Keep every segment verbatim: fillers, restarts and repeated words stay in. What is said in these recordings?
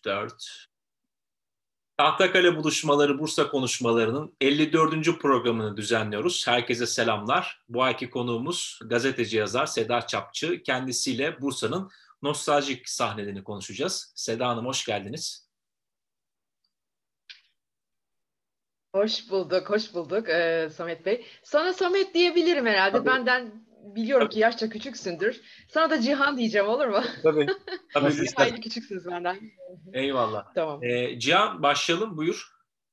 dört. Tahtakale Buluşmaları Bursa Konuşmaları'nın elli dördüncü programını düzenliyoruz. Herkese selamlar. Bu ayki konuğumuz gazeteci yazar Seda Çapçı. Kendisiyle Bursa'nın nostaljik sahnelerini konuşacağız. Seda Hanım hoş geldiniz. Hoş bulduk, hoş bulduk ee, Samet Bey. Sana Samet diyebilirim herhalde. Tabii. Benden biliyorum Tabii. ki yaşça küçüksündür. Sana da Cihan diyeceğim, olur mu? Tabii. Tabii. Bir hayli küçüksünüz benden. Eyvallah. Tamam. Ee, Cihan başlayalım buyur.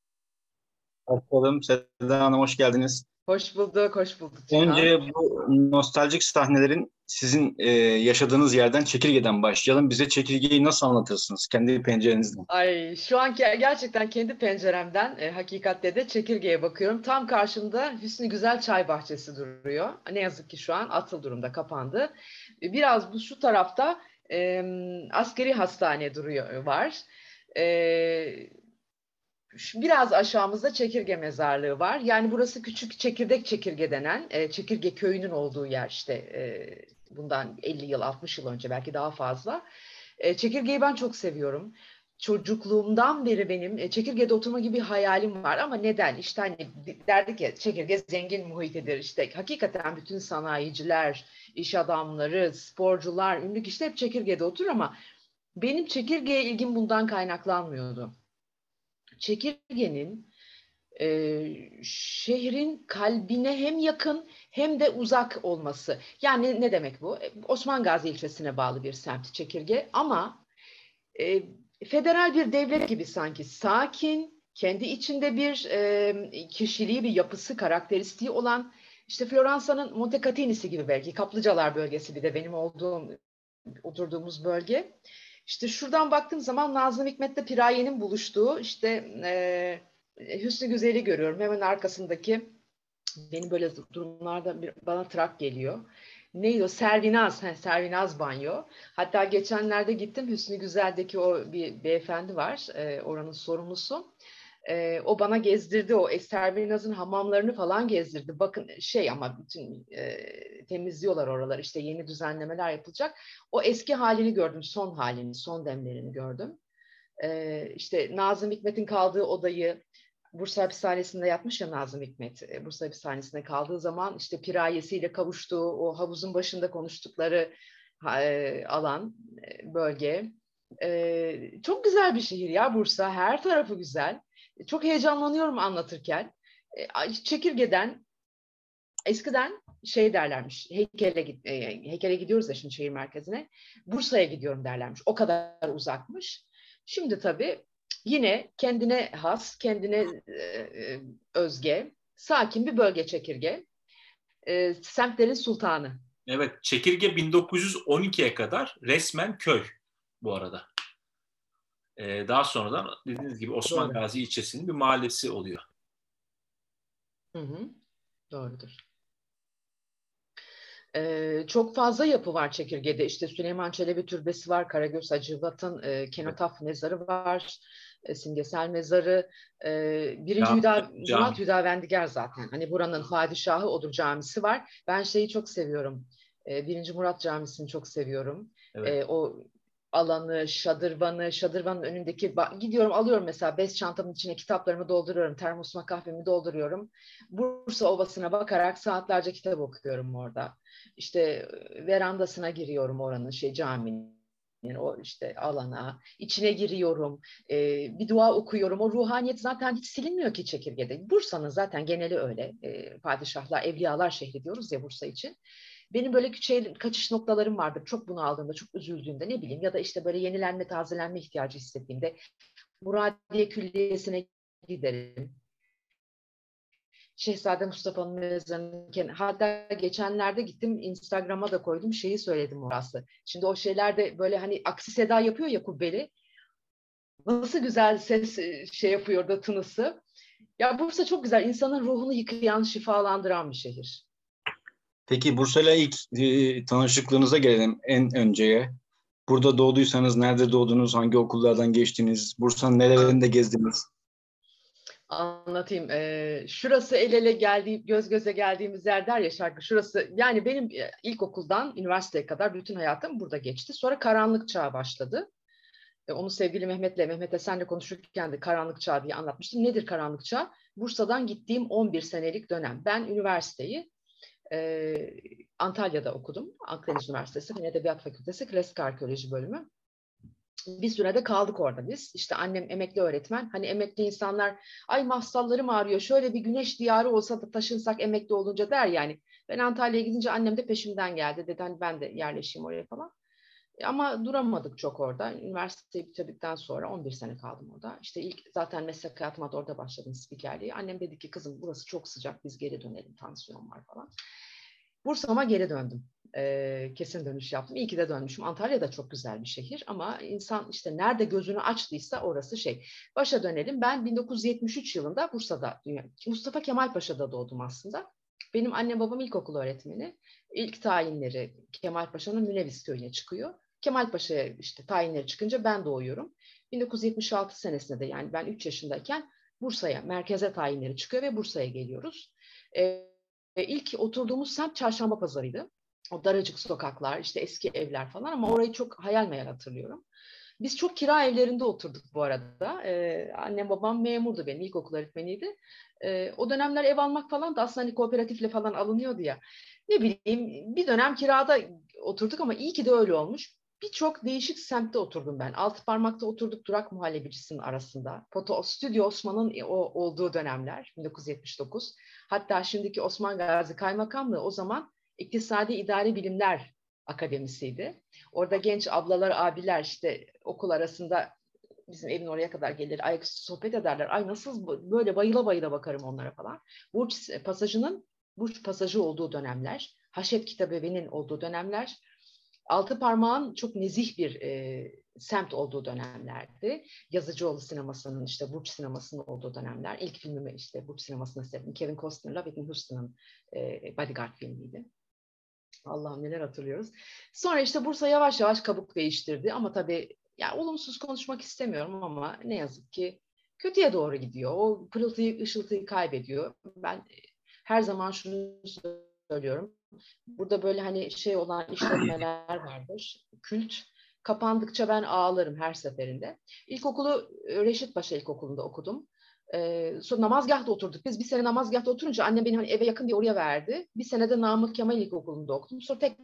Başlayalım. Seda Hanım hoş geldiniz. Hoş bulduk, hoş bulduk Cihan. Önce bu nostaljik sahnelerin sizin e, yaşadığınız yerden, Çekirge'den başlayalım. Bize Çekirge'yi nasıl anlatırsınız? Kendi pencerenizden. Ay, şu an gerçekten kendi penceremden e, hakikatte de Çekirge'ye bakıyorum. Tam karşımda Hüsnü Güzel Çay Bahçesi duruyor. Ne yazık ki şu an atıl durumda, kapandı. Biraz bu şu tarafta e, askeri hastane duruyor var. E, Biraz aşağımızda Çekirge Mezarlığı var. Yani burası Küçük Çekirdek Çekirge denen e, Çekirge Köyü'nün olduğu yer işte e, bundan elli yıl altmış yıl önce belki daha fazla. E, Çekirge'yi ben çok seviyorum. Çocukluğumdan beri benim e, Çekirge'de oturma gibi bir hayalim var ama neden? İşte hani derdik ya Çekirge zengin muhitidir işte. Hakikaten bütün sanayiciler, iş adamları, sporcular, ünlü kişiler hep Çekirge'de oturur ama benim Çekirge'ye ilgim bundan kaynaklanmıyordu. Çekirge'nin e, şehrin kalbine hem yakın hem de uzak olması. Yani ne demek bu? Osman Gazi ilçesine bağlı bir semt Çekirge ama e, federal bir devlet gibi sanki sakin, kendi içinde bir e, kişiliği, bir yapısı, karakteristiği olan işte Floransa'nın Montecatini'si gibi belki Kaplıcalar bölgesi bir de benim olduğum, oturduğumuz bölge. İşte şuradan baktığım zaman Nazım Hikmet'le Piraye'nin buluştuğu işte e, Hüsnü Güzel'i görüyorum. Hemen arkasındaki benim böyle durumlarda bir, bana trak geliyor. Neydi o? Servinaz. He, Servinaz banyo. Hatta geçenlerde gittim Hüsnü Güzel'deki o bir beyefendi var. E, oranın sorumlusu. E, o bana gezdirdi. O Servinaz'ın hamamlarını falan gezdirdi. Bakın şey ama bütün e, temizliyorlar oraları. İşte yeni düzenlemeler yapılacak. O eski halini gördüm. Son halini, son demlerini gördüm. E, işte Nazım Hikmet'in kaldığı odayı Bursa Hapishanesi'nde yatmış ya Nazım Hikmet. Bursa Hapishanesi'nde kaldığı zaman işte pirayesiyle kavuştuğu o havuzun başında konuştukları e, alan, e, bölge. E, çok güzel bir şehir ya Bursa. Her tarafı güzel. Çok heyecanlanıyorum anlatırken. E, Çekirge'den eskiden şey derlermiş. Heykele, e, heykele gidiyoruz ya şimdi şehir merkezine. Bursa'ya gidiyorum derlermiş. O kadar uzakmış. Şimdi tabii yine kendine has, kendine e, özge, sakin bir bölge Çekirge. E, semtlerin sultanı. Evet, Çekirge bin dokuz yüz on ikiye kadar resmen köy bu arada. Ee, daha sonradan dediğiniz gibi Osman Doğru. Gazi ilçesinin bir mahallesi oluyor. Hı hı, doğrudur. Ee, çok fazla yapı var Çekirge'de. İşte Süleyman Çelebi Türbesi var, Karagöz Hacivat'ın e, Kenotaf Mezarı var, e, Simgesel Mezarı. E, Birinci Hüda, Murat Hüdavendigar zaten. Hani buranın padişahı odur camisi var. Ben şeyi çok seviyorum. E, Birinci Murat Camisi'ni çok seviyorum. Evet. E, o alanı, şadırvanı, şadırvanın önündeki gidiyorum alıyorum mesela bez çantamın içine kitaplarımı dolduruyorum, termosuma kahvemi dolduruyorum. Bursa Ovası'na bakarak saatlerce kitap okuyorum orada. İşte verandasına giriyorum oranın şey caminin. Yani o işte alana, içine giriyorum, e, bir dua okuyorum. O ruhaniyet zaten hiç silinmiyor ki Çekirge'de. Bursa'nın zaten geneli öyle. E, padişahlar, evliyalar şehri diyoruz ya Bursa için. Benim böyle şey, kaçış noktalarım vardır. Çok bunu aldığımda, çok üzüldüğümde ne bileyim ya da işte böyle yenilenme, tazelenme ihtiyacı hissettiğimde Muradiye Külliyesi'ne giderim. Şehzade Mustafa'nın mezarının hatta geçenlerde gittim Instagram'a da koydum şeyi söyledim orası. Şimdi o şeyler de böyle hani aksi seda yapıyor ya kubbeli. Nasıl güzel ses şey yapıyor da tınısı. Ya Bursa çok güzel. İnsanın ruhunu yıkayan, şifalandıran bir şehir. Peki Bursa'yla ilk e, tanışıklığınıza gelelim en önceye. Burada doğduysanız nerede doğdunuz, hangi okullardan geçtiniz, Bursa'nın nerelerinde gezdiniz? Anlatayım. Ee, şurası el ele geldiği, göz göze geldiğimiz yer der ya şarkı. Şurası yani benim ilkokuldan üniversiteye kadar bütün hayatım burada geçti. Sonra karanlık çağı başladı. E, onu sevgili Mehmet'le, Mehmet Esen'le konuşurken de karanlık çağ diye anlatmıştım. Nedir karanlık çağ? Bursa'dan gittiğim on bir senelik dönem. Ben üniversiteyi e, Antalya'da okudum. Akdeniz Üniversitesi Fen Edebiyat Fakültesi Klasik Arkeoloji bölümü. Bir sürede kaldık orada biz. İşte annem emekli öğretmen. Hani emekli insanlar ay mafsallarım ağrıyor. Şöyle bir güneş diyarı olsa da taşınsak emekli olunca der yani. Ben Antalya'ya gidince annem de peşimden geldi. Dedi hani ben de yerleşeyim oraya falan. Ama duramadık çok orada. Üniversiteyi bitirdikten sonra on bir sene kaldım orada. İşte ilk zaten meslek hayatıma da orada başladım spikerliği. Annem dedi ki kızım burası çok sıcak biz geri dönelim tansiyon var falan. Bursa'ma geri döndüm. Ee, kesin dönüş yaptım. İyi ki de dönmüşüm. Antalya da çok güzel bir şehir ama insan işte nerede gözünü açtıysa orası şey. Başa dönelim. Ben bin dokuz yüz yetmiş üç yılında Bursa'da, Mustafa Kemal Paşa'da doğdum aslında. Benim annem babam ilkokul öğretmeni. İlk tayinleri Kemal Paşa'nın Müneviz köyüne çıkıyor. Kemal Paşa'ya işte tayinleri çıkınca ben doğuyorum. bin dokuz yüz yetmiş altı senesinde de yani ben üç yaşındayken Bursa'ya, merkeze tayinleri çıkıyor ve Bursa'ya geliyoruz. Ee, ilk oturduğumuz semt Çarşamba Pazarı'ydı. O daracık sokaklar, işte eski evler falan ama orayı çok hayal meyal hatırlıyorum. Biz çok kira evlerinde oturduk bu arada. Ee, annem babam memurdu benim, ilkokul öğretmeniydi. Ee, o dönemler ev almak falan da aslında hani kooperatifle falan alınıyordu ya. Ne bileyim bir dönem kirada oturduk ama iyi ki de öyle olmuş. Birçok değişik semtte oturdum ben. Altıparmak'ta oturduk Durak Muhallebicisinin arasında. Foto Stüdyo Osman'ın o, olduğu dönemler bin dokuz yüz yetmiş dokuz. Hatta şimdiki Osman Gazi Kaymakamlığı o zaman İktisadi İdari Bilimler Akademisi'ydi. Orada genç ablalar, abiler işte okul arasında bizim evin oraya kadar gelir, ayaküstü sohbet ederler. Ay nasıl böyle bayıla bayıla bakarım onlara falan. Burç Pasajı'nın Burç Pasajı olduğu dönemler, Haşet Kitabevi'nin olduğu dönemler, Altıparmak'ın çok nezih bir e, semt olduğu dönemlerdi. Yazıcıoğlu sinemasının işte Burç sinemasının olduğu dönemler. İlk filmimi işte Burç sinemasını sevdim. Kevin Costner'la Whitney Houston'ın e, Bodyguard filmiydi. Allah'ım neler hatırlıyoruz. Sonra işte Bursa yavaş yavaş kabuk değiştirdi ama tabii yani olumsuz konuşmak istemiyorum ama ne yazık ki kötüye doğru gidiyor. O pırıltıyı, ışıltıyı kaybediyor. Ben her zaman şunu söylüyorum. Burada böyle hani şey olan işletmeler vardır. Kült. Kapandıkça ben ağlarım her seferinde. İlkokulu Reşit Paşa İlkokulu'nda okudum. Ee, sonra namazgahta oturduk. Biz bir sene namazgahta oturunca annem beni hani eve yakın diye oraya verdi. Bir sene de Namık Kemal İlkokulu'nda okudum. Sonra tek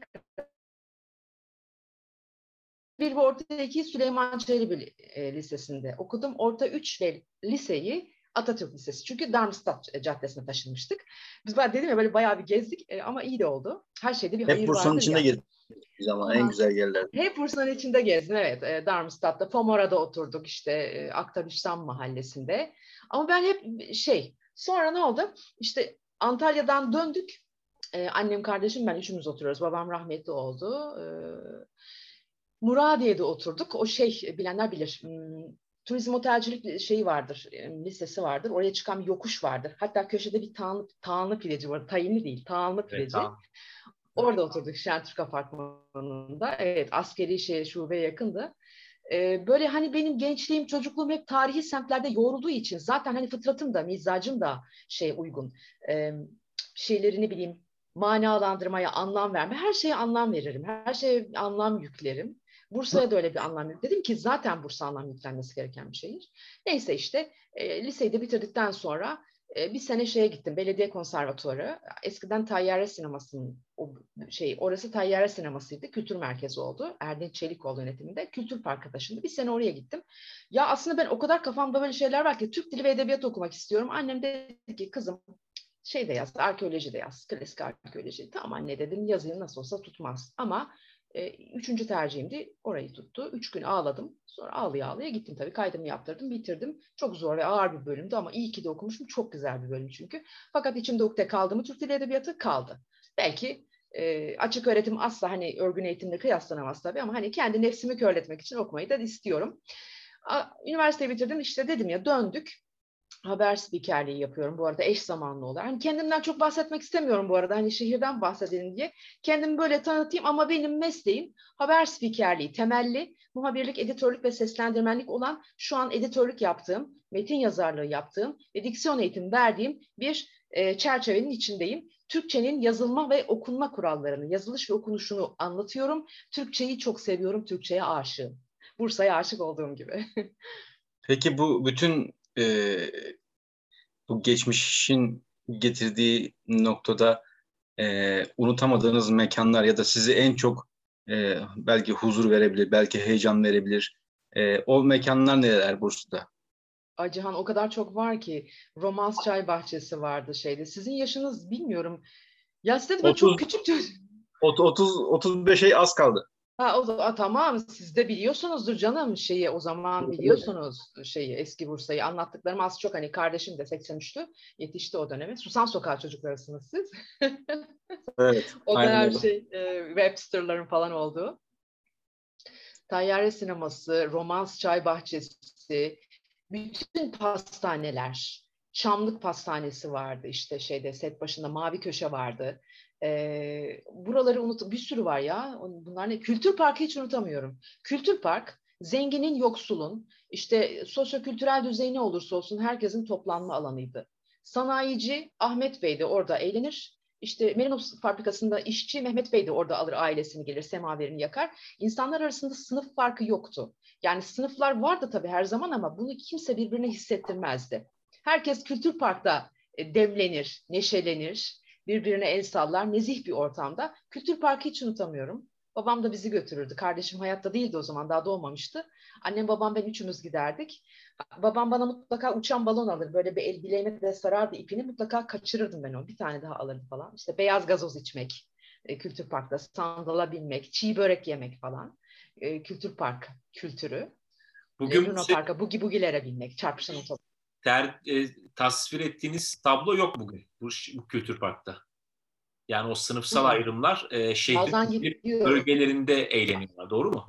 bir ve orta iki Süleyman Çelebi e, Lisesi'nde okudum. Orta üç ve liseyi Atatürk Lisesi. Çünkü Darmstadt Caddesi'ne taşınmıştık. Biz ben dedim ya böyle bayağı bir gezdik e, ama iyi de oldu. Her şeyde bir Hep hayır Bursa'nın vardır içinde ya. gezdik ama en güzel yerler. Hep Bursa'nın içinde gezdim evet. E, Darmstadt'ta, Pomora'da oturduk işte e, Aktabüştan Mahallesi'nde. Ama ben hep şey, sonra ne oldu? İşte Antalya'dan döndük. E, annem, kardeşim, ben üçümüz oturuyoruz. Babam rahmetli oldu. E, Muradiye'de oturduk. O şey bilenler bilir. Hmm, turizm otelcilik şeyi vardır, e, lisesi vardır. Oraya çıkan bir yokuş vardır. Hatta köşede bir tağanlı, tağanlı pideci var. Tayinli değil, tağanlı Evet, pideci. tamam. Orada oturduk Şentürk Apartmanı'nda. Evet, askeri şey, şubeye yakındı. Ee, böyle hani benim gençliğim, çocukluğum hep tarihi semtlerde yoğrulduğu için zaten hani fıtratım da, mizacım da şey uygun. Ee, şeyleri ne bileyim manalandırmaya, anlam verme. Her şeye anlam veririm. Her şeye anlam yüklerim. Bursa'ya da öyle bir anlam yükledim. Dedim ki zaten Bursa anlam yüklenmesi gereken bir şehir. Neyse işte e, liseyi de bitirdikten sonra e, bir sene şeye gittim. Belediye Konservatuarı. Eskiden Tayyare Sineması'nın o şey, orası Tayyare Sineması'ydı. Kültür merkezi oldu. Erdinç Çelikoğlu yönetiminde. Kültür Park'a taşındı. Bir sene oraya gittim. Ya aslında ben o kadar kafamda böyle şeyler var ki Türk Dili ve Edebiyatı okumak istiyorum. Annem dedi ki kızım şey de yaz, arkeoloji de yaz, klasik arkeoloji. Tamam anne dedim, yazayım nasıl olsa tutmaz. Ama e, üçüncü tercihimdi, orayı tuttu. Üç gün ağladım. Sonra ağlaya ağlaya gittim tabii. Kaydımı yaptırdım, bitirdim. Çok zor ve ağır bir bölümdü ama iyi ki de okumuşum. Çok güzel bir bölüm çünkü. Fakat içimde ukde kaldı mı Türk Dili Edebiyatı kaldı. Belki e, açık öğretim asla hani örgün eğitimle kıyaslanamaz tabii ama hani kendi nefsimi körletmek için okumayı da istiyorum. Üniversiteyi bitirdim, işte dedim ya, döndük. Haber spikerliği yapıyorum bu arada eş zamanlı olarak. Hani kendimden çok bahsetmek istemiyorum bu arada. Hani şehirden bahsedelim diye. Kendimi böyle tanıtayım ama benim mesleğim haber spikerliği temelli, muhabirlik, editörlük ve seslendirmenlik olan, şu an editörlük yaptığım, metin yazarlığı yaptığım ve diksiyon eğitimi verdiğim bir e, çerçevenin içindeyim. Türkçenin yazılma ve okunma kurallarını, yazılış ve okunuşunu anlatıyorum. Türkçeyi çok seviyorum, Türkçeye aşığım. Bursa'ya aşık olduğum gibi. Peki bu bütün e, bu geçmişin getirdiği noktada e, unutamadığınız mekanlar ya da sizi en çok e, belki huzur verebilir, belki heyecan verebilir. E, o mekanlar neler Bursa'da? Cihan o kadar çok var ki. Romans Çay Bahçesi vardı şeyde. Sizin yaşınız bilmiyorum. Ya siz de böyle çok otuz küçük çocuk. otuz otuz beşe az kaldı. Ha, o, a, tamam siz de biliyorsunuzdur canım şeyi o zaman biliyorsunuz şeyi eski Bursa'yı anlattıklarım az çok hani kardeşim de seksen üçtü yetişti o döneme. Susan Sokağı çocuklarısınız siz. Evet, O aynen dönem öyle. şey e, Webster'ların falan olduğu. Tayyare sineması, Romans Çay Bahçesi, bütün pastaneler. Çamlık Pastanesi vardı işte şeyde set başında Mavi Köşe vardı. Ee, buraları unut bir sürü var ya. Bunlar ne? Kültür Parkı hiç unutamıyorum. Kültür Park zenginin yoksulun işte sosyokültürel düzeyi ne olursa olsun herkesin toplanma alanıydı. Sanayici Ahmet Bey de orada eğlenir. İşte Merinos fabrikasında işçi Mehmet Bey de orada alır ailesini gelir semaverini yakar. İnsanlar arasında sınıf farkı yoktu. Yani sınıflar vardı tabii her zaman ama bunu kimse birbirine hissettirmezdi. Herkes Kültür Park'ta demlenir, neşelenir, birbirine el sallar, nezih bir ortamda. Kültür Park'ı hiç unutamıyorum. Babam da bizi götürürdü. Kardeşim hayatta değildi o zaman, daha doğmamıştı. Annem, babam, ben üçümüz giderdik. Babam bana mutlaka uçan balon alır. Böyle bir el bileğime de sarardı ipini. Mutlaka kaçırırdım ben onu. Bir tane daha alırdı falan. İşte beyaz gazoz içmek, e, Kültür Park'ta sandala binmek, çiğ börek yemek falan. E, Kültür Park kültürü. E, Bugün bu Luna şey, Park'a bugi bugilere binmek, çarpışan otobüs. ter, e, tasvir ettiğiniz tablo yok bugün bu, bu Kültür Park'ta. Yani o sınıfsal Hı. ayrımlar e, Bazen şehrin bir gidiyor. bölgelerinde eğleniyorlar. Doğru mu?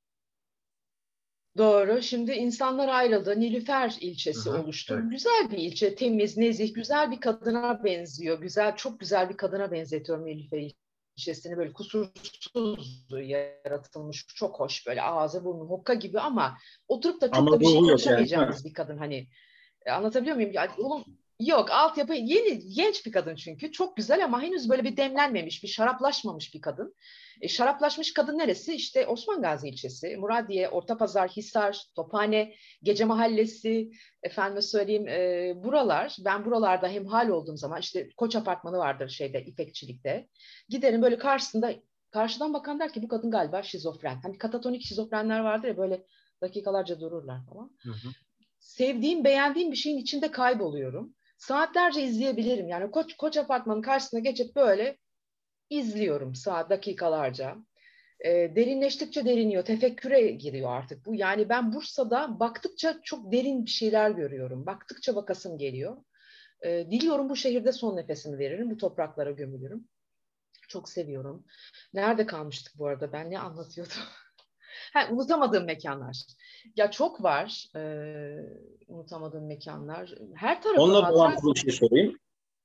Doğru. Şimdi insanlar ayrıldı. Nilüfer Hı ilçesi hı. Evet. oluştu. Güzel bir ilçe, temiz, nezih, güzel bir kadına benziyor. Güzel, çok güzel bir kadına benzetiyorum Nilüfer ilçesini. Böyle kusursuz yaratılmış, çok hoş böyle ağzı burnu hokka gibi ama oturup da çok Ama da bir şey ruhu yok yani, değil mi? konuşamayacağınız bir kadın hani. E, Anlatabiliyor muyum? Ya, oğlum, yok altyapı yeni genç bir kadın çünkü çok güzel ama henüz böyle bir demlenmemiş bir şaraplaşmamış bir kadın. E, şaraplaşmış kadın neresi? İşte Osman Gazi ilçesi, Muradiye, Ortapazar, Hisar, Tophane, Gece Mahallesi, efendime söyleyeyim e, buralar. Ben buralarda hemhal olduğum zaman işte Koç Apartmanı vardır şeyde İpekçilik'te. Giderim böyle karşısında karşıdan bakan der ki bu kadın galiba şizofren. Hani katatonik şizofrenler vardır ya böyle dakikalarca dururlar falan. Hı hı. Sevdiğim, beğendiğim bir şeyin içinde kayboluyorum. Saatlerce izleyebilirim. Yani Koç, Koç Apartmanı'nın karşısına geçip böyle izliyorum saat dakikalarca. E, derinleştikçe deriniyor, tefekküre giriyor artık bu. Yani ben Bursa'da baktıkça çok derin bir şeyler görüyorum. Baktıkça bakasım geliyor. E, diliyorum bu şehirde son nefesimi veririm, bu topraklara gömülürüm. Çok seviyorum. Nerede kalmıştık bu arada? Ben ne anlatıyordum? Ha, unutamadığım mekanlar. Ya çok var e, unutamadığım mekanlar. Her tarafı Onunla hatıra. bağlantılı bir şey sorayım.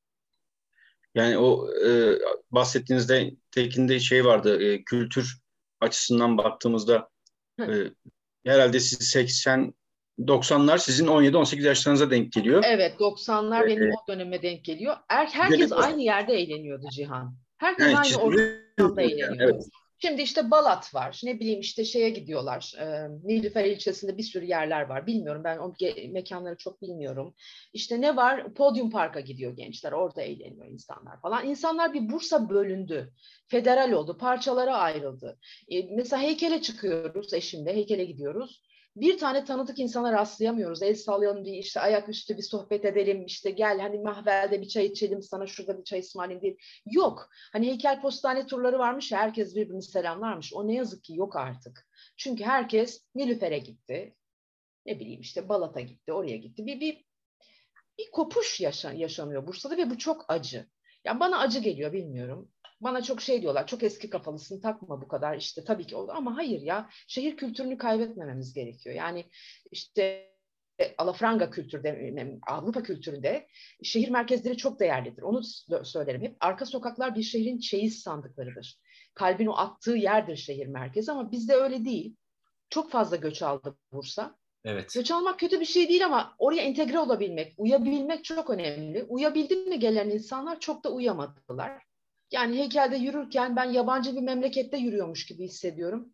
Yani o e, bahsettiğinizde tekinde şey vardı, e, kültür açısından baktığımızda e, herhalde siz seksen doksanlar sizin on yedi on sekiz yaşlarınıza denk geliyor. Evet, doksanlar benim E, o döneme denk geliyor. Er, Göle herkes aynı yerde eğleniyordu Cihan. Herkes yani aynı çizgili ortamda yani, eğleniyordu. evet. Şimdi işte Balat var. Ne bileyim işte şeye gidiyorlar. E, Nilüfer ilçesinde bir sürü yerler var. Bilmiyorum ben o ge- mekanları çok bilmiyorum. İşte ne var? Podyum Park'a gidiyor gençler. Orada eğleniyor insanlar falan. İnsanlar bir Bursa bölündü. Federal oldu. Parçalara ayrıldı. E, mesela heykele çıkıyoruz eşimle. Heykele gidiyoruz. Bir tane tanıdık insana rastlayamıyoruz. El sallayalım diye işte ayaküstü bir sohbet edelim. İşte gel hani mahvelde bir çay içelim sana şurada bir çay ısmarlayayım değil. Yok. Hani heykel postane turları varmış ya herkes birbirini selamlarmış. O ne yazık ki yok artık. Çünkü herkes Nilüfer'e gitti. Ne bileyim işte Balat'a gitti, oraya gitti. Bir, bir, bir kopuş yaşa, yaşanıyor Bursa'da ve bu çok acı. Yani bana acı geliyor bilmiyorum. Bana çok şey diyorlar, çok eski kafalısın, takma bu kadar işte tabii ki oldu ama hayır ya şehir kültürünü kaybetmememiz gerekiyor. Yani işte alafranga kültürde, Avrupa kültüründe şehir merkezleri çok değerlidir. Onu söylerim hep. Arka sokaklar bir şehrin çeyiz sandıklarıdır. Kalbin o attığı yerdir şehir merkezi ama bizde öyle değil. Çok fazla göç aldı Bursa. Evet. Göç almak kötü bir şey değil ama oraya entegre olabilmek, uyabilmek çok önemli. Uyabildi mi gelen insanlar çok da uyamadılar. Yani heykelde yürürken ben yabancı bir memlekette yürüyormuş gibi hissediyorum.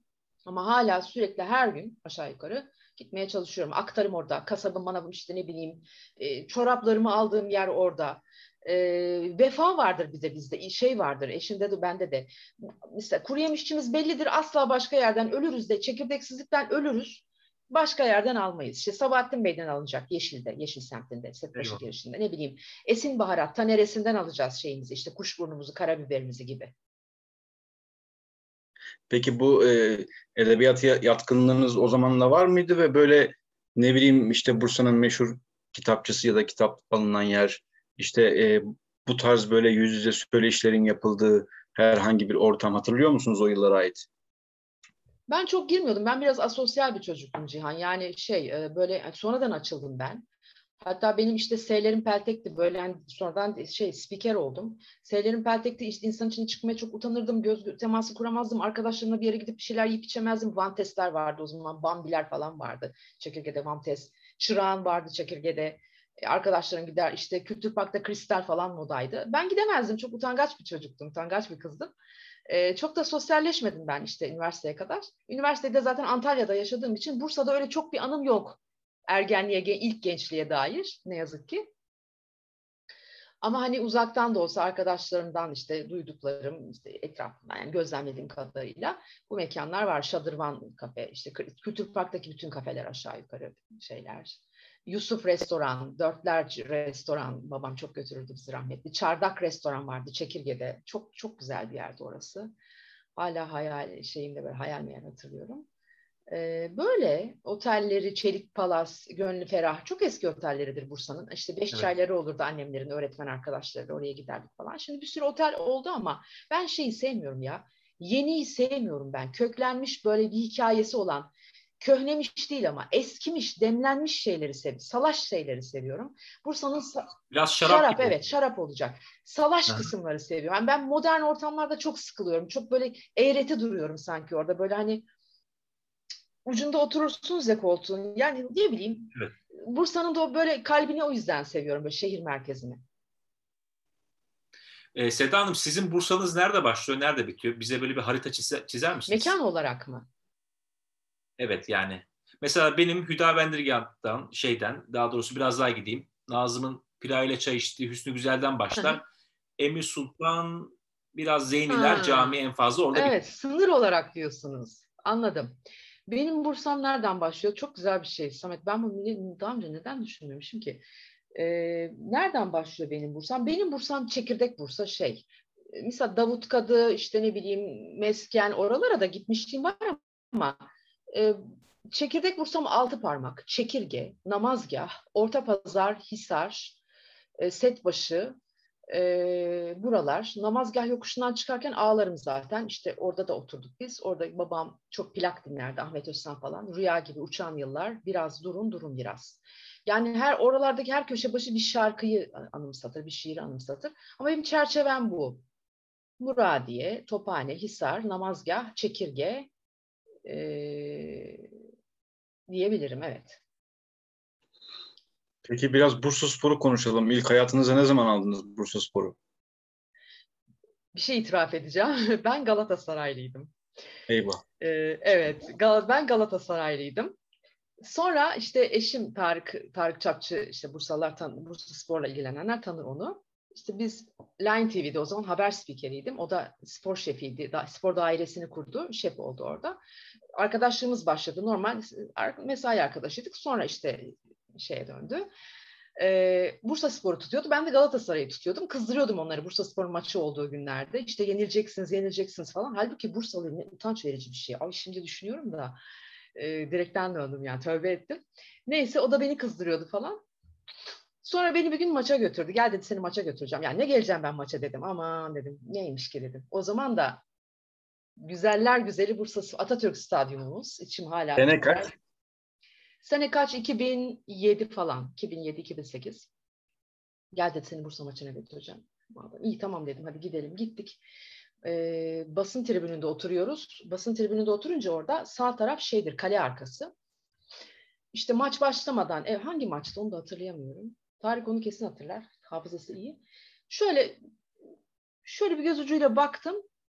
Ama hala sürekli her gün aşağı yukarı gitmeye çalışıyorum. Aktarım orada, kasabım, manavım, işte ne bileyim, e, çoraplarımı aldığım yer orada. E, vefa vardır bize, bizde şey vardır, eşimde de bende de. Mesela kuru yemişçimiz bellidir, asla başka yerden ölürüz de, çekirdeksizlikten ölürüz. Başka yerden almayız. İşte Sabahattin Bey'den alınacak Yeşil'de, Yeşil semtinde, Setbaşı Eyvallah. girişinde, ne bileyim. Esin Baharat'ta neresinden alacağız şeyimizi, işte kuşburnumuzu, karabiberimizi gibi. Peki bu e, edebiyat yatkınlığınız o zamanla var mıydı ve böyle ne bileyim işte Bursa'nın meşhur kitapçısı ya da kitap alınan yer, işte e, bu tarz böyle yüz yüze söyleşilerin yapıldığı herhangi bir ortam hatırlıyor musunuz o yıllara ait? Ben çok girmiyordum. Ben biraz asosyal bir çocuktum Cihan. Yani şey e, böyle sonradan açıldım ben. Hatta benim işte S'lerim peltekti. Böyle yani sonradan şey spiker oldum. S'lerim peltekti. İşte insan içine çıkmaya çok utanırdım. Göz teması kuramazdım. Arkadaşlarımla bir yere gidip bir şeyler yiyip içemezdim. Vantesler vardı o zaman. Bambiler falan vardı. Çekirge'de Vantes. Çırağan vardı Çekirge'de. E, Arkadaşlarım gider işte Kültür Park'ta Kristal falan modaydı. Ben gidemezdim. Çok utangaç bir çocuktum. Utangaç bir kızdım. Ee, çok da sosyalleşmedim ben işte üniversiteye kadar. Üniversitede zaten Antalya'da yaşadığım için Bursa'da öyle çok bir anım yok. Ergenliğe, ilk gençliğe dair ne yazık ki. Ama hani uzaktan da olsa arkadaşlarımdan işte duyduklarım, işte etrafımdan yani gözlemlediğim kadarıyla bu mekanlar var. Şadırvan kafe, işte Kültür Park'taki bütün kafeler aşağı yukarı şeyler. Yusuf Restoran, Dörtler Restoran, babam çok götürürdü bizi rahmetli. Çardak Restoran vardı Çekirge'de. Çok çok güzel bir yerdi orası. Hala hayal şeyimde böyle hayal meyal hatırlıyorum. Ee, böyle otelleri, Çelik Palas, Gönlü Ferah çok eski otelleridir Bursa'nın. İşte beş Evet. çayları olurdu annemlerin, öğretmen arkadaşları oraya giderdik falan. Şimdi bir sürü otel oldu ama ben şeyi sevmiyorum ya. Yeniyi sevmiyorum ben. Köklenmiş böyle bir hikayesi olan, köhnemiş değil ama eskimiş, demlenmiş şeyleri seviyorum. Salaş şeyleri seviyorum. Bursa'nın sa- Biraz şarap şarap, gibi oldu. evet, şarap olacak. Salaş Aha. kısımları seviyorum. Yani ben modern ortamlarda çok sıkılıyorum. Çok böyle eğreti duruyorum sanki orada. Böyle hani ucunda oturursunuz ya koltuğun. Yani ne bileyim, Evet. Bursa'nın da o böyle kalbini o yüzden seviyorum, böyle şehir merkezini. Ee, Seda Hanım, sizin Bursa'nız nerede başlıyor, nerede bitiyor? Bize böyle bir harita çizer, çizer Mekan misiniz? olarak mı? Evet yani. Mesela benim Hüdavendirgah'tan şeyden, daha doğrusu biraz daha gideyim. Nazım'ın Pira ile çay içtiği Hüsnü Güzel'den başlar. Emir Sultan, biraz Zeyniler, Ha, cami en fazla orada evet, biter. sınır olarak diyorsunuz. Anladım. Benim Bursa'm nereden başlıyor? Çok güzel bir şey Samet. Ben bunu daha önce neden düşünmemişim ki? Ee, nereden başlıyor benim Bursa'm? Benim Bursa'm çekirdek Bursa şey. Mesela Davutkadı, işte ne bileyim Mesken, oralara da gitmişliğim var ama e, çekirdek Bursa'm altı parmak, Çekirge, Namazgah, Ortapazar, Hisar, e, Setbaşı, e, buralar. Namazgah yokuşundan çıkarken ağlarım zaten. İşte orada da oturduk biz. Orada babam çok plak dinlerdi, Ahmet Özsan falan. Rüya gibi uçan yıllar, biraz durun durun biraz. Yani her oralardaki her köşe başı bir şarkıyı anımsatır, bir şiiri anımsatır. Ama benim çerçevem bu. Muradiye, Tophane, Hisar, Namazgah, Çekirge e, diyebilirim, evet. Peki biraz Bursaspor'u konuşalım. İlk hayatınıza ne zaman aldınız Bursaspor'u? Bir şey itiraf edeceğim. Ben Galatasaraylıydım. Eyvah. E, evet, Gal ben Galatasaraylıydım. Sonra işte eşim Tarık Tarık Çapçı, işte Bursalılar tan Bursa Spor'la ilgilenenler tanır onu. İşte biz Line T V'de o zaman haber spikeriydim. O da spor şefiydi. Da, spor dairesini kurdu. Şef oldu orada. Arkadaşlığımız başladı. Normal mesai arkadaşıydık. Sonra işte şeye döndü. Ee, Bursa Spor'u tutuyordu. Ben de Galatasaray'ı tutuyordum. Kızdırıyordum onları Bursa Spor maçı olduğu günlerde. İşte yenileceksiniz, yenileceksiniz falan. Halbuki Bursalı ne utanç verici bir şey. Ay şimdi düşünüyorum da e, direkten döndüm yani, tövbe ettim. Neyse, o da beni kızdırıyordu falan. Sonra beni bir gün maça götürdü. Gel dedi, seni maça götüreceğim. Yani ne geleceğim ben maça dedim. Aman dedim, neymiş ki dedim. O zaman da güzeller güzeli Bursa Atatürk Stadyumumuz. İçim hala Sene titrer. kaç? Sene kaç? iki bin yedi falan. iki bin yedi iki bin sekiz. Gel dedi, seni Bursa maçına götüreceğim. İyi tamam dedim, hadi gidelim. Gittik. Ee, basın tribününde oturuyoruz. Basın tribününde oturunca orada sağ taraf şeydir, kale arkası. İşte maç başlamadan, ev hangi maçtı onu da hatırlayamıyorum. Tarık onu kesin hatırlar. Hafızası iyi. Şöyle şöyle bir göz ucuyla baktım.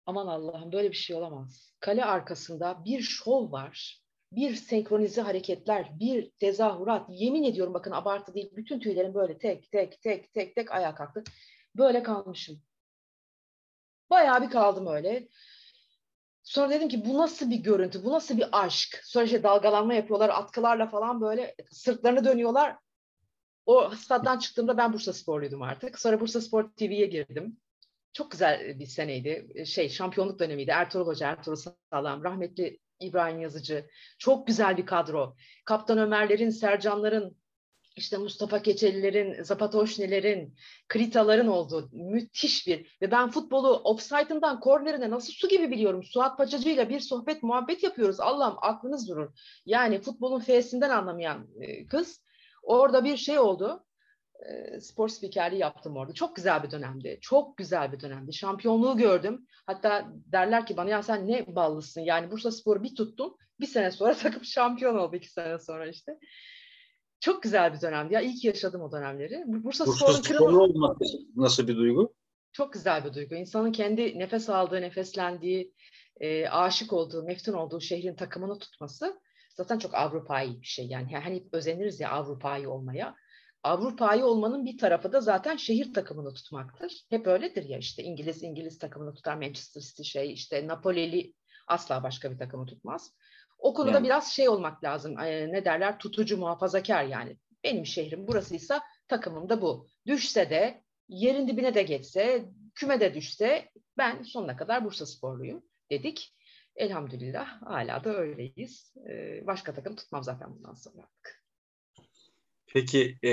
Aman Allah'ım, böyle bir şey olamaz. Kale arkasında bir şov var. Bir senkronize hareketler, bir tezahürat. Yemin ediyorum, bakın abartı değil. Bütün tüylerim böyle tek tek tek tek tek ayağa kalktı. Böyle kalmışım. Bayağı bir kaldım öyle. Sonra dedim ki bu nasıl bir görüntü, bu nasıl bir aşk? Sonra işte dalgalanma yapıyorlar, atkılarla falan böyle sırtlarını dönüyorlar. O staddan çıktığımda ben Bursasporluydum artık. Sonra Bursaspor T V'ye girdim. Çok güzel bir seneydi. Şey, şampiyonluk dönemiydi. Ertuğrul Hoca, Ertuğrul Sağlam, rahmetli İbrahim Yazıcı. Çok güzel bir kadro. Kaptan Ömerlerin, Sercanların, işte Mustafa Keçelilerin, Zapatoşnilerin, Kritaların olduğu müthiş bir, ve ben futbolu offside'ından kornerine nasıl su gibi biliyorum. Suat Paçacı'yla bir sohbet muhabbet yapıyoruz. Allah'ım aklınız durur. Yani futbolun F'sinden anlamayan kız. Orada bir şey oldu. Spor spikerliği yaptım orada. Çok güzel bir dönemdi. Çok güzel bir dönemdi. Şampiyonluğu gördüm. Hatta derler ki bana, ya sen ne ballısın. Yani Bursaspor'u bir tuttun. Bir sene sonra takım şampiyon oldu, iki sene sonra işte. Çok güzel bir dönemdi. Ya iyi ki yaşadım o dönemleri. Bursaspor'un Bursasporlu kralı. olmak nasıl bir duygu? Çok güzel bir duygu. İnsanın kendi nefes aldığı, nefeslendiği, e, aşık olduğu, meftun olduğu şehrin takımını tutması zaten çok Avrupa'yı bir şey. Yani hani özeniriz ya Avrupa'yı olmaya. Avrupa'yı olmanın bir tarafı da zaten şehir takımını tutmaktır. Hep öyledir ya, işte İngiliz İngiliz takımını tutar, Manchester City şey, işte Napoli'li asla başka bir takımı tutmaz. O konuda Yani biraz şey olmak lazım. E, ne derler? Tutucu, muhafazakar yani. Benim şehrim burasıysa takımım da bu. Düşse de, yerin dibine de geçse, küme de düşse ben sonuna kadar Bursasporluyum dedik. Elhamdülillah hala da öyleyiz. Ee, başka takım tutmam zaten bundan sonra artık. peki e,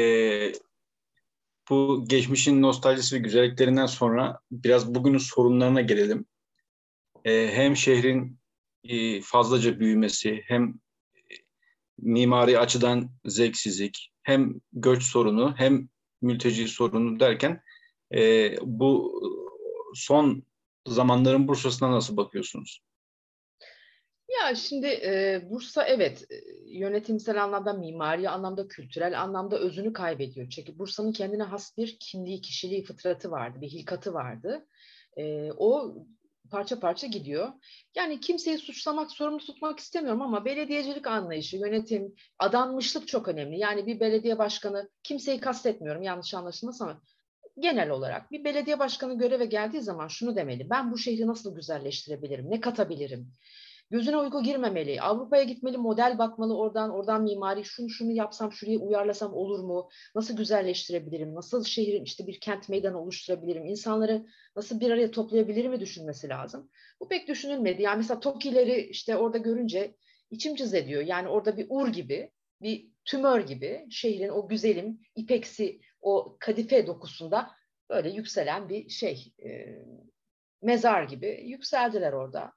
bu geçmişin nostaljisi ve güzelliklerinden sonra biraz bugünün sorunlarına gelelim. E, hem şehrin e, fazlaca büyümesi, hem mimari açıdan zevksizlik, hem göç sorunu, hem mülteci sorunu derken e, bu son zamanların Bursa'sına nasıl bakıyorsunuz? Ya şimdi e, Bursa evet e, yönetimsel anlamda, mimari anlamda, kültürel anlamda özünü kaybediyor. Çünkü Bursa'nın kendine has bir kimliği, kişiliği, fıtratı vardı, bir hilkatı vardı. E, o parça parça gidiyor. Yani kimseyi suçlamak, sorumlu tutmak istemiyorum ama belediyecilik anlayışı, yönetim, adanmışlık çok önemli. Yani bir belediye başkanı, kimseyi kastetmiyorum yanlış anlaşılmasın ama genel olarak bir belediye başkanı göreve geldiği zaman şunu demeli: ben bu şehri nasıl güzelleştirebilirim, ne katabilirim? Gözüne uyku girmemeli. Avrupa'ya gitmeli, model bakmalı oradan, oradan mimari şunu şunu yapsam, şuraya uyarlasam olur mu? Nasıl güzelleştirebilirim? Nasıl şehrin işte bir kent meydanı oluşturabilirim? İnsanları nasıl bir araya toplayabilirim mi düşünmesi lazım. Bu pek düşünülmedi. Yani mesela TOKİ'leri işte orada görünce içim cız ediyor. Yani orada bir ur gibi, bir tümör gibi şehrin o güzelim, ipeksi, o kadife dokusunda böyle yükselen bir şey, e, mezar gibi yükseldiler orada.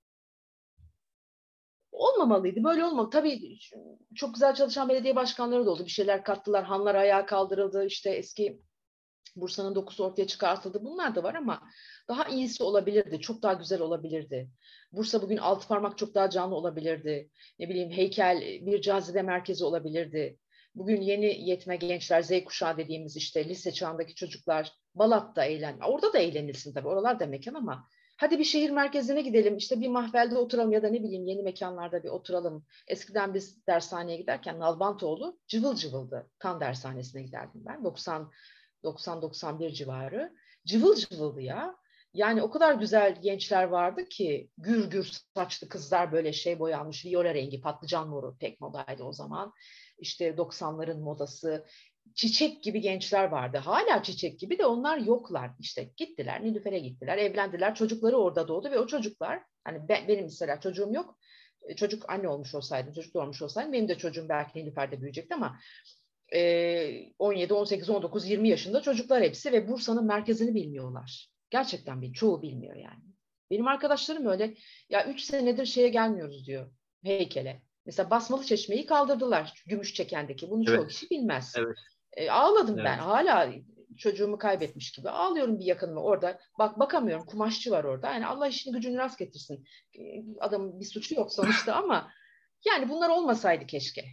Olmamalıydı. Böyle olmalı. Tabii çok güzel çalışan belediye başkanları da oldu. Bir şeyler kattılar. Hanlar ayağa kaldırıldı. İşte eski Bursa'nın dokusu ortaya çıkartıldı. Bunlar da var ama daha iyisi olabilirdi. Çok daha güzel olabilirdi. Bursa bugün Altıparmak çok daha canlı olabilirdi. Ne bileyim, heykel bir cazibe merkezi olabilirdi. Bugün yeni yetme gençler, Z kuşağı dediğimiz işte lise çağındaki çocuklar Balat'ta eğlen. Orada da eğlenilsin tabii. Oralar da mekan ama hadi bir şehir merkezine gidelim, işte bir mahvelde oturalım ya da ne bileyim yeni mekanlarda bir oturalım. Eskiden biz dershaneye giderken Nalbantoğlu cıvıl cıvıldı. Kan dershanesine giderdim ben. doksan doksan doksan bir civarı. Cıvıl cıvıldı ya. Yani o kadar güzel gençler vardı ki, gür gür saçlı kızlar, böyle şey boyanmış, viola rengi, patlıcan moru pek modaydı o zaman. İşte doksanların modası. Çiçek gibi gençler vardı. Hala çiçek gibi de onlar yoklar. İşte gittiler, Nilüfer'e gittiler, evlendiler. Çocukları orada doğdu ve o çocuklar, hani ben, benim mesela çocuğum yok. Çocuk anne olmuş olsaydım, çocuk doğurmuş olsaydım benim de çocuğum belki Nilüfer'de büyüyecekti ama on yedi, on sekiz, on dokuz, yirmi yaşında çocuklar hepsi ve Bursa'nın merkezini bilmiyorlar. Gerçekten bil, çoğu bilmiyor yani. Benim arkadaşlarım öyle, ya üç senedir şeye gelmiyoruz diyor, heykele. Mesela Basmalı Çeşme'yi kaldırdılar, Gümüşçeken'deki. Bunu çoğu Evet, kişi bilmez. evet, E, ağladım ben. evet. Hala çocuğumu kaybetmiş gibi ağlıyorum bir yakınıma orada. Bak bakamıyorum, kumaşçı var orada. Yani Allah işini gücünü rast getirsin. E, adamın bir suçu yok sonuçta ama yani bunlar olmasaydı keşke.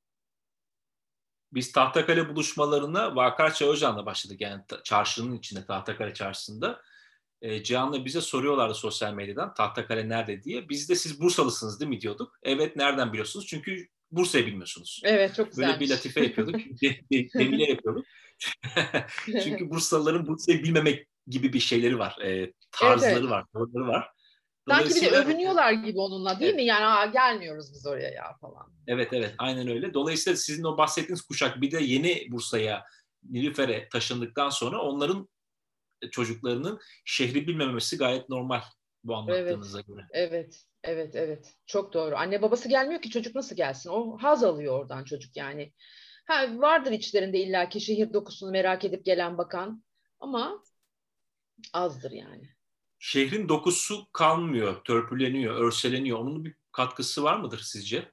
Biz Tahtakale buluşmalarına Vakar Çağırcan'la başladık. Yani çarşının içinde, Tahtakale çarşısında. E, Cihan'la bize soruyorlardı sosyal medyadan Tahtakale nerede diye. Biz de siz Bursalısınız değil mi diyorduk. Evet, nereden biliyorsunuz? Çünkü Bursa'yı bilmiyorsunuz. Evet, çok Böyle bir güzelmiş. latife yapıyorduk. De, de, demine yapıyorduk. Çünkü Bursalıların Bursa'yı bilmemek gibi bir şeyleri var. E, Evet, evet. tarzları var, tavırları var. Sanki bir de Dolayısıyla övünüyorlar gibi onunla, değil evet, mi? Yani Aa, gelmiyoruz biz oraya ya falan. evet, evet, aynen öyle. Dolayısıyla sizin o bahsettiğiniz kuşak bir de yeni Bursa'ya, Nilüfer'e taşındıktan sonra onların çocuklarının şehri bilmemesi gayet normal bu Evet, anlattığınıza göre. evet, evet, evet. Çok doğru. Anne babası gelmiyor ki çocuk nasıl gelsin? O haz alıyor oradan çocuk yani. Ha, vardır içlerinde illaki şehir dokusunu merak edip gelen bakan ama azdır yani. Şehrin dokusu kalmıyor, törpüleniyor, örseleniyor. Onun bir katkısı var mıdır sizce?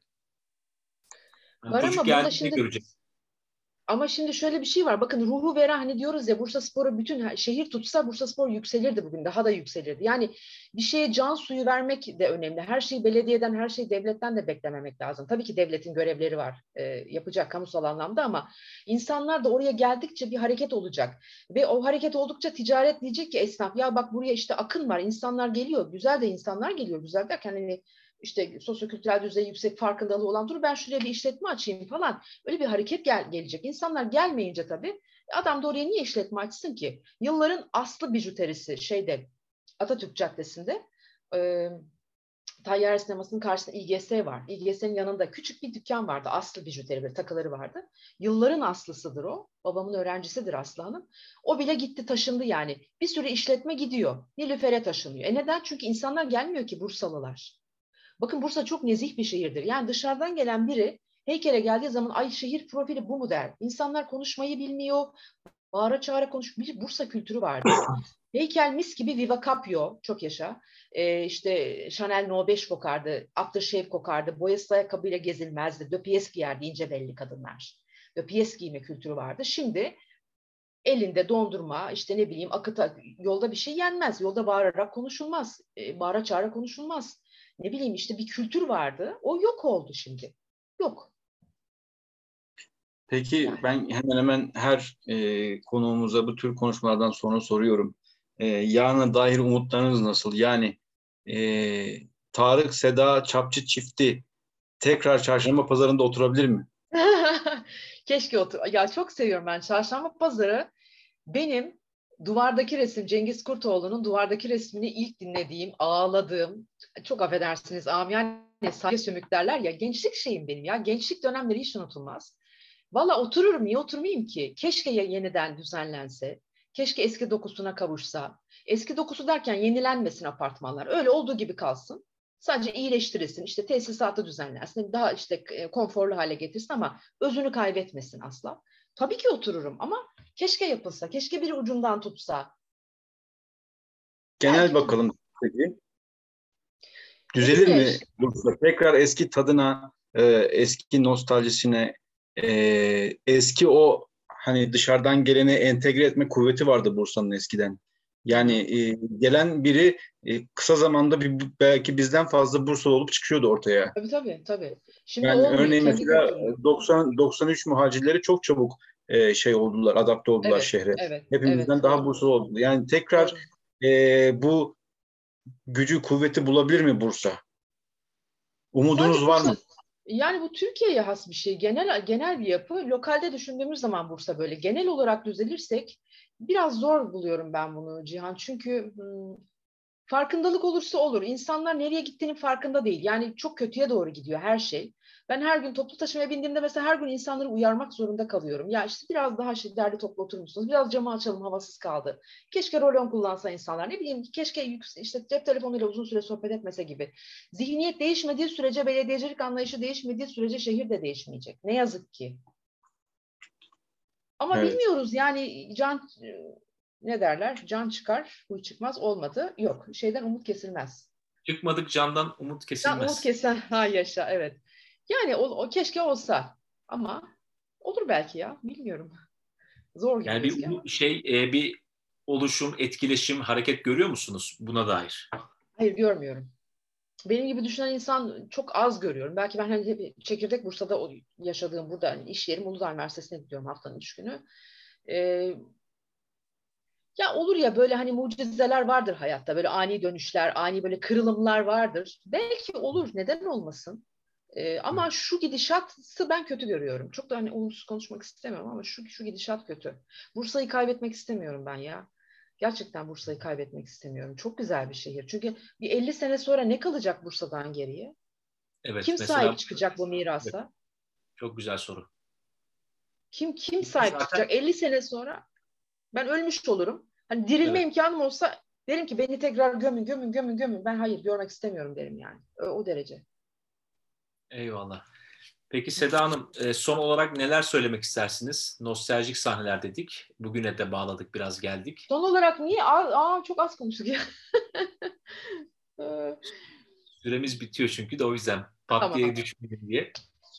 Yani Var çocuk ama burada geldiğinde şimdi görecek. ama şimdi şöyle bir şey var. Bakın ruhu veren hani diyoruz ya Bursaspor'u bütün her- şehir tutsa Bursaspor yükselirdi bugün. Daha da yükselirdi. Yani bir şeye can suyu vermek de önemli. Her şeyi belediyeden, her şeyi devletten de beklememek lazım. Tabii ki devletin görevleri var. E, yapacak kamusal anlamda ama insanlar da oraya geldikçe bir hareket olacak. Ve o hareket oldukça ticaret diyecek ki esnaf ya bak buraya işte akın var. İnsanlar geliyor. Güzel de insanlar geliyor. Güzel derken hani işte sosyokültürel düzey yüksek farkındalığı olan dur ben şuraya bir işletme açayım falan. Öyle bir hareket gel gelecek. İnsanlar gelmeyince tabii adam da oraya niye işletme açsın ki? Yılların aslı bijuterisi şeyde Atatürk Caddesi'nde e, Tayyare Sineması'nın karşısında İ G S var. İ G S'nin yanında küçük bir dükkan vardı. Aslı bijuteri bir takıları vardı. Yılların aslısıdır o. Babamın öğrencisidir Aslı Hanım. O bile gitti taşındı yani. Bir sürü işletme gidiyor. Nilüfer'e taşınıyor. E neden? Çünkü insanlar gelmiyor ki Bursalılar. Bakın Bursa çok nezih bir şehirdir. Yani dışarıdan gelen biri heykele geldiği zaman ay şehir profili bu mu der. İnsanlar konuşmayı bilmiyor. Bağıra çağıra konuş. Bir Bursa kültürü vardır. Heykel mis gibi Viva Capio, çok yaşa. Ee, işte Chanel No beş kokardı, aftershave kokardı, boyasız ayakkabıyla gezilmezdi. Döpiyes giyerdi ince belli kadınlar. Döpiyes giyme kültürü vardı. Şimdi elinde dondurma, işte ne bileyim akıta, yolda bir şey yenmez. Yolda bağırarak konuşulmaz. E, bağıra çağıra konuşulmaz. Ne bileyim işte bir kültür vardı. O yok oldu şimdi. Yok. Peki Yani. ben hemen hemen her e, konuğumuza bu tür konuşmalardan sonra soruyorum. E, yarına dair umutlarınız nasıl? Yani e, Tarık, Seda, Çapçı çifti tekrar çarşamba pazarında oturabilir mi? Keşke otur. Ya çok seviyorum ben Çarşamba Pazarı. Benim duvardaki resim Cengiz Kurtoğlu'nun duvardaki resmini ilk dinlediğim, ağladığım, çok affedersiniz amiyane saygı sümük derler ya gençlik şeyim benim ya. Gençlik dönemleri hiç unutulmaz. Valla otururum niye oturmayayım ki? Keşke yeniden düzenlense. Keşke eski dokusuna kavuşsa. Eski dokusu derken yenilenmesin apartmanlar. Öyle olduğu gibi kalsın. Sadece iyileştirilsin, işte tesisatı düzenlensin, daha işte konforlu hale getirsin ama özünü kaybetmesin asla. Tabii ki otururum ama keşke yapılsa, keşke bir ucundan tutsa. Genel Belki olur. bakalım peki. Düzelir mi Düzelir. Bursa? Tekrar eski tadına, e, eski nostaljisine, e, eski o hani dışarıdan geleni entegre etme kuvveti vardı Bursa'nın eskiden. Hı Yani hı. e, gelen biri e, kısa zamanda bir, belki bizden fazla Bursalı olup çıkıyordu ortaya. Tabii tabii tabii. Şimdi Yani olmuyor, örneğin kendi mesela kültürünü. doksan doksan üç muhacirleri çok çabuk e, şey oldular, adapte oldular Evet, şehre. evet, evet, Hepimizden daha doğru, Bursalı oldu. Yani tekrar doğru. e, bu gücü, kuvveti bulabilir mi Bursa? Sadece Umudunuz var Bursa, mı? yani bu Türkiye'ye has bir şey. Genel genel bir yapı. Lokalde düşündüğümüz zaman Bursa böyle. Genel olarak düzelirsek biraz zor buluyorum ben bunu Cihan. Çünkü hmm, farkındalık olursa olur. İnsanlar nereye gittiğinin farkında değil. Yani çok kötüye doğru gidiyor her şey. Ben her gün toplu taşımaya bindiğimde mesela her gün insanları uyarmak zorunda kalıyorum. Ya işte biraz daha şey, derli toplu oturur musunuz? Biraz camı açalım havasız kaldı. Keşke rolon kullansa insanlar. Ne bileyim keşke yüksek, işte cep telefonuyla uzun süre sohbet etmese gibi. Zihniyet değişmediği sürece belediyecilik anlayışı değişmediği sürece şehir de değişmeyecek. Ne yazık ki. Ama Evet. bilmiyoruz yani can ne derler? Can çıkar, huy çıkmaz olmadı. Yok şeyden umut kesilmez. Çıkmadık candan umut Can umut kesilmez. kesen ha yaşa evet. Yani o, o keşke olsa ama olur belki ya bilmiyorum. Zor gibi Yani bir gözüküyor umu- ama. şey, e, bir oluşum, etkileşim, hareket görüyor musunuz buna dair? Hayır görmüyorum. Benim gibi düşünen insan çok az görüyorum. Belki ben hani Çekirdek Bursa'da o- yaşadığım burada hani iş yerim Uludağ Üniversitesi'ne gidiyorum haftanın üç günü. Ee, Ya olur ya, böyle hani mucizeler vardır hayatta. Böyle ani dönüşler, ani böyle kırılımlar vardır. Belki olur, neden olmasın? Ee, ama Evet. şu gidişatı ben kötü görüyorum. Çok da hani olumsuz konuşmak istemiyorum ama şu, şu gidişat kötü. Bursa'yı kaybetmek istemiyorum ben ya. Gerçekten Bursa'yı kaybetmek istemiyorum. Çok güzel bir şehir. Çünkü bir elli sene sonra ne kalacak Bursa'dan geriye? Evet, Kim mesela sahip çıkacak bu evet, mirasa? çok güzel soru. Kim kim Bir de sahip zaten çıkacak? elli sene sonra ben ölmüş olurum. Hani dirilme evet, imkanım olsa derim ki beni tekrar gömün, gömün, gömün, gömün. Ben hayır, görmek istemiyorum derim yani. O, o derece. eyvallah. Peki Seda Hanım, e, son olarak neler söylemek istersiniz? Nostaljik sahneler dedik. Bugüne de bağladık, biraz geldik. Son olarak niye? Aa, aa, çok az konuştuk ya. Ee, Süremiz bitiyor çünkü de o yüzden pat diye Tamam, düşmeyelim diye.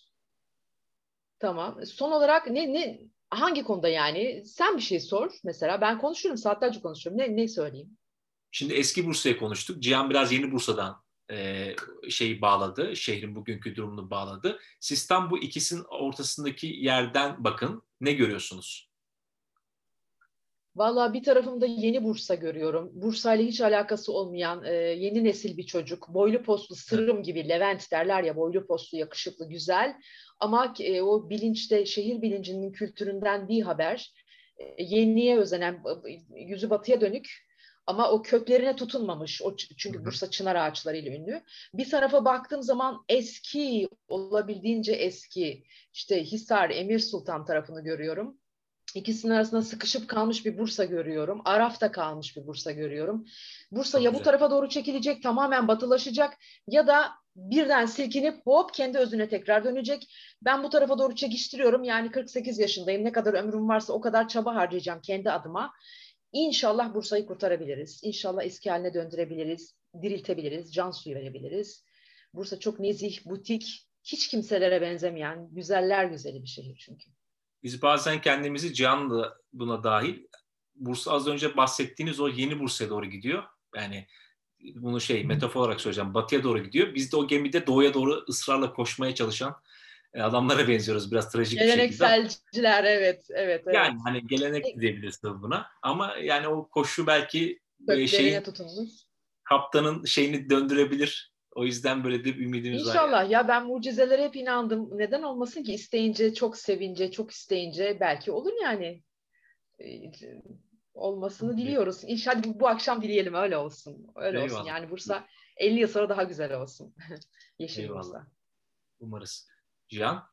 tamam. Son olarak ne ne hangi konuda yani? Sen bir şey sor mesela. Ben konuşurum, saatlerce konuşurum. Ne ne söyleyeyim? Şimdi eski Bursa'yı konuştuk. Cihan biraz yeni Bursa'dan e, şeyi bağladı. Şehrin bugünkü durumunu bağladı. Siz tam bu ikisinin ortasındaki yerden bakın. Ne görüyorsunuz? Vallahi bir tarafımda yeni Bursa görüyorum. Bursa ile hiç alakası olmayan e, yeni nesil bir çocuk. Boylu postlu, Evet. sırrım gibi, Levent derler ya, boylu postlu, yakışıklı, güzel. Ama e, o bilinçte, şehir bilincinin kültüründen bir haber. E, yeniye özenen, e, yüzü batıya dönük. Ama o köklerine tutunmamış. O, Hı çünkü hı. Bursa çınar ağaçlarıyla ünlü. Bir tarafa baktığım zaman eski, olabildiğince eski, işte Hisar, Emir Sultan tarafını görüyorum. İkisinin arasında sıkışıp kalmış bir Bursa görüyorum. Araf'ta kalmış bir Bursa görüyorum. Bursa Çok ya bu güzel. tarafa doğru çekilecek, tamamen batılaşacak, ya da birden silkinip hop kendi özüne tekrar dönecek. Ben bu tarafa doğru çekiştiriyorum. Yani kırk sekiz yaşındayım. Ne kadar ömrüm varsa o kadar çaba harcayacağım kendi adıma. İnşallah Bursa'yı kurtarabiliriz. İnşallah eski haline döndürebiliriz, diriltebiliriz, can suyu verebiliriz. Bursa çok nezih, butik, hiç kimselere benzemeyen, güzeller güzeli bir şehir çünkü. Biz bazen kendimizi Cihan da buna dahil. Bursa az önce bahsettiğiniz o yeni Bursa'ya doğru gidiyor. Yani bunu şey metafor olarak söyleyeceğim. Batıya doğru gidiyor. Biz de o gemide doğuya doğru ısrarla koşmaya çalışan e, adamlara benziyoruz biraz trajik bir şekilde. Gelenekselciler, evet, evet, Yani evet. hani gelenek de diyebiliriz tabii buna. Ama yani o koşu belki e, Köklerine şeyin tutunmuş. kaptanın şeyini döndürebilir. O yüzden böyle de bir ümidimiz var yani. İnşallah ya, ben mucizelere hep inandım. Neden olmasın ki? İsteyince, çok sevince, çok isteyince belki olur yani. Ee, Olmasını diliyoruz. İnşallah bu, bu akşam dileyelim, öyle olsun. Öyle olsun. Eyvallah. Yani Bursa elli yıl sonra daha güzel olsun. Yeşil Eyvallah. Bursa. Umarız. Cihan?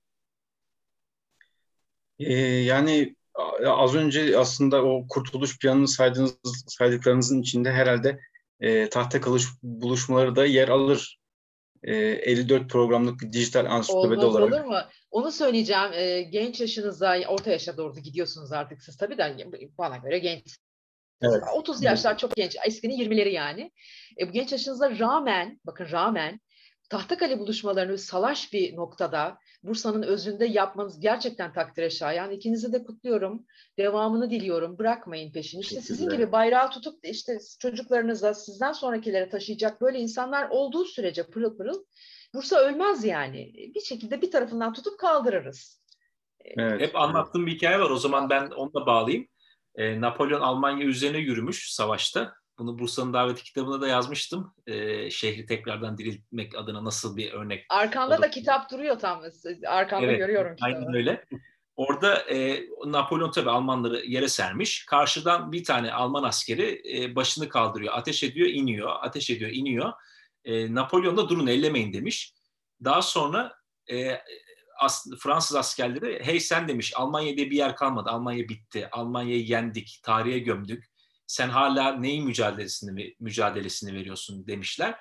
Ee, yani a- az önce aslında o kurtuluş planını saydığınız, saydıklarınızın içinde herhalde e, tahta kılıç buluşmaları da yer alır. E, elli dört programlık bir dijital ansiklopedi Olmaz olur olarak. mu? Onu söyleyeceğim. Ee, genç yaşınıza, orta yaşa doğru gidiyorsunuz artık siz tabii de, bana göre genç. Evet. otuz yaşlar çok genç. Eskinin yirmileri yani. E, bu genç yaşınıza rağmen, bakın rağmen, Tahtakale buluşmalarını salaş bir noktada Bursa'nın özünde yapmanız gerçekten takdire şayan. İkinizi de kutluyorum. Devamını diliyorum. Bırakmayın peşini. İşte sizin Teşekkürler. gibi bayrağı tutup işte çocuklarınıza, sizden sonrakilere taşıyacak böyle insanlar olduğu sürece pırıl pırıl Bursa ölmez yani. Bir şekilde bir tarafından tutup kaldırırız. Evet, Hep evet. anlattığım bir hikaye var. O zaman ben onu da bağlayayım. E, Napolyon Almanya üzerine yürümüş savaşta. Bunu Bursa'nın daveti kitabına da yazmıştım. E, şehri tekrardan diriltmek adına nasıl bir örnek Arkanda olur. da kitap duruyor tam. Arkanda Evet, görüyorum aynen kitabı. öyle. Orada e, Napolyon tabii Almanları yere sermiş. Karşıdan bir tane Alman askeri e, başını kaldırıyor. Ateş ediyor, iniyor. Ateş ediyor, iniyor. E, Napolyon da durun ellemeyin demiş. Daha sonra e, as, Fransız askerleri hey sen demiş Almanya diye bir yer kalmadı. Almanya bitti. Almanya'yı yendik. Tarihe gömdük. Sen hala neyin mücadelesini mücadelesini veriyorsun demişler.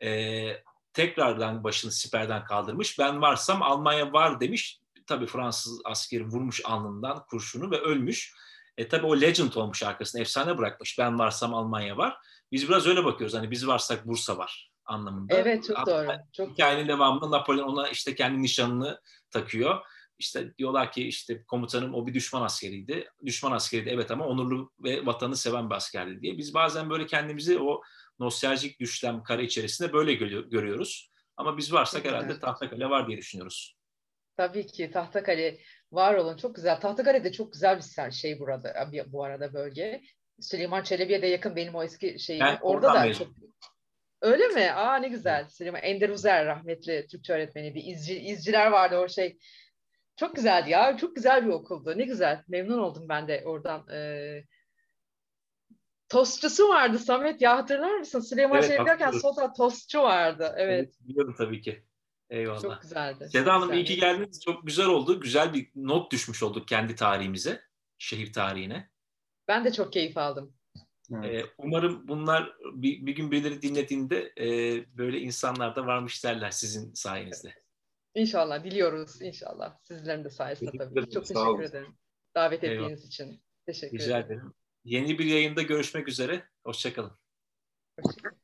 E, tekrardan başını siperden kaldırmış. Ben varsam Almanya var demiş. Tabii Fransız askeri vurmuş alnından kurşunu ve ölmüş. E tabii o legend olmuş arkasında. Efsane bırakmış. Ben varsam Almanya var. Biz biraz öyle bakıyoruz. Hani biz varsak Bursa var anlamında. Evet, çok doğru. Çok Hikayenin doğru. devamında Napolyon ona işte kendi nişanını takıyor. İşte diyorlar ki işte komutanım o bir düşman askeriydi. Düşman askeriydi evet ama onurlu ve vatanı seven bir askerdi diye. Biz bazen böyle kendimizi o nostaljik düşlem kare içerisinde böyle görüyoruz. Ama biz Ne varsak güzel. herhalde Tahtakale var diye düşünüyoruz. Tabii ki Tahtakale var olun. Çok güzel. Tahtakale de çok güzel bir ser- şey burada, bu arada bölge. Süleyman Çelebi'ye de yakın benim o eski şeyim. Ben Orada oradan da mezun. çok... Öyle mi? Aa ne güzel. Süleyman Ender Uzer rahmetli Türkçe öğretmeniydi. İzci, izciler vardı o şey. Çok güzeldi ya. Çok güzel bir okuldu. Ne güzel. Memnun oldum ben de oradan. Ee, tostçusu vardı Samet ya, hatırlar mısın? Süleyman Evet, Çelebi derken hatırlıyorum. solda tostçu vardı. Evet. Evet, biliyorum tabii ki. Çok Eyvallah. güzeldi. Seda Çok Hanım iyi güzel. ki geldiniz. Çok güzel oldu. Güzel bir not düşmüş olduk kendi tarihimize, şehir tarihine. Ben de çok keyif aldım. Evet. Ee, umarım bunlar bir, bir gün birileri dinlediğinde e, böyle insanlar da varmış derler sizin sayenizde. İnşallah. Diliyoruz. İnşallah. Sizlerin de sayesinde Teşekkür tabii ki. ederim. Çok Sağ teşekkür olun. ederim. Davet Eyvallah. ettiğiniz için. Teşekkür Rica ederim. ederim. Yeni bir yayında görüşmek üzere. Hoşça kalın. Hoşçakalın.